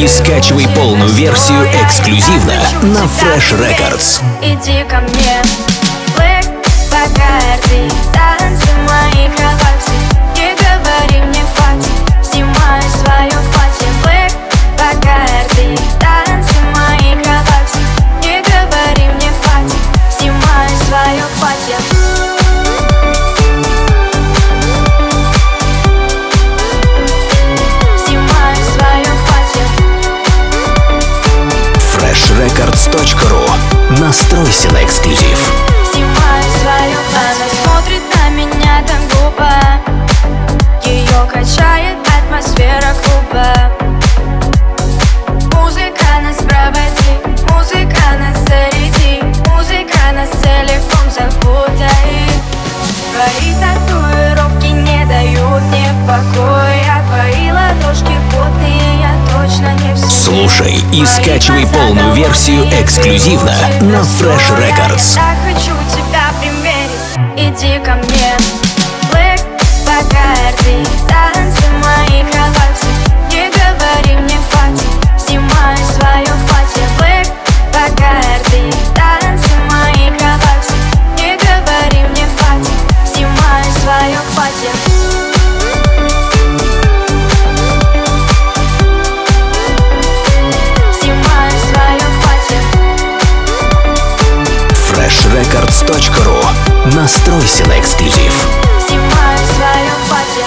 и скачивай полную версию эксклюзивно на Fresh Records. Иди ко мне, Black Bacardi, танцы в моей кровати. Не говори мне хватит, снимай свое платье. Black Bacardi, танцы в моей кровати. Не говори мне хватит, снимай свое платье. freshrecords.ru. Настройся на эксклюзив. Снимай свою. Она смотрит на меня так глупо. Ее качает атмосфера клуба. Музыка нас проводи, музыка нас заряди, музыка нас целиком запутает. Твои татуировки не дают мне покоя, твои ладошки потные, я точно не в себе. Слушай и скачивай полную версию эксклюзивно на Fresh Records. Я так хочу тебя примерить, иди ко мне. Black Bacardi, танцы в моей кровати. Не говори мне хватит, снимай свое платье. Black Bacardi, танцы в моей кровати. Не говори мне хватит, снимай свое платье. freshrecords.ru. Настройся на эксклюзив. Снимай свое платье.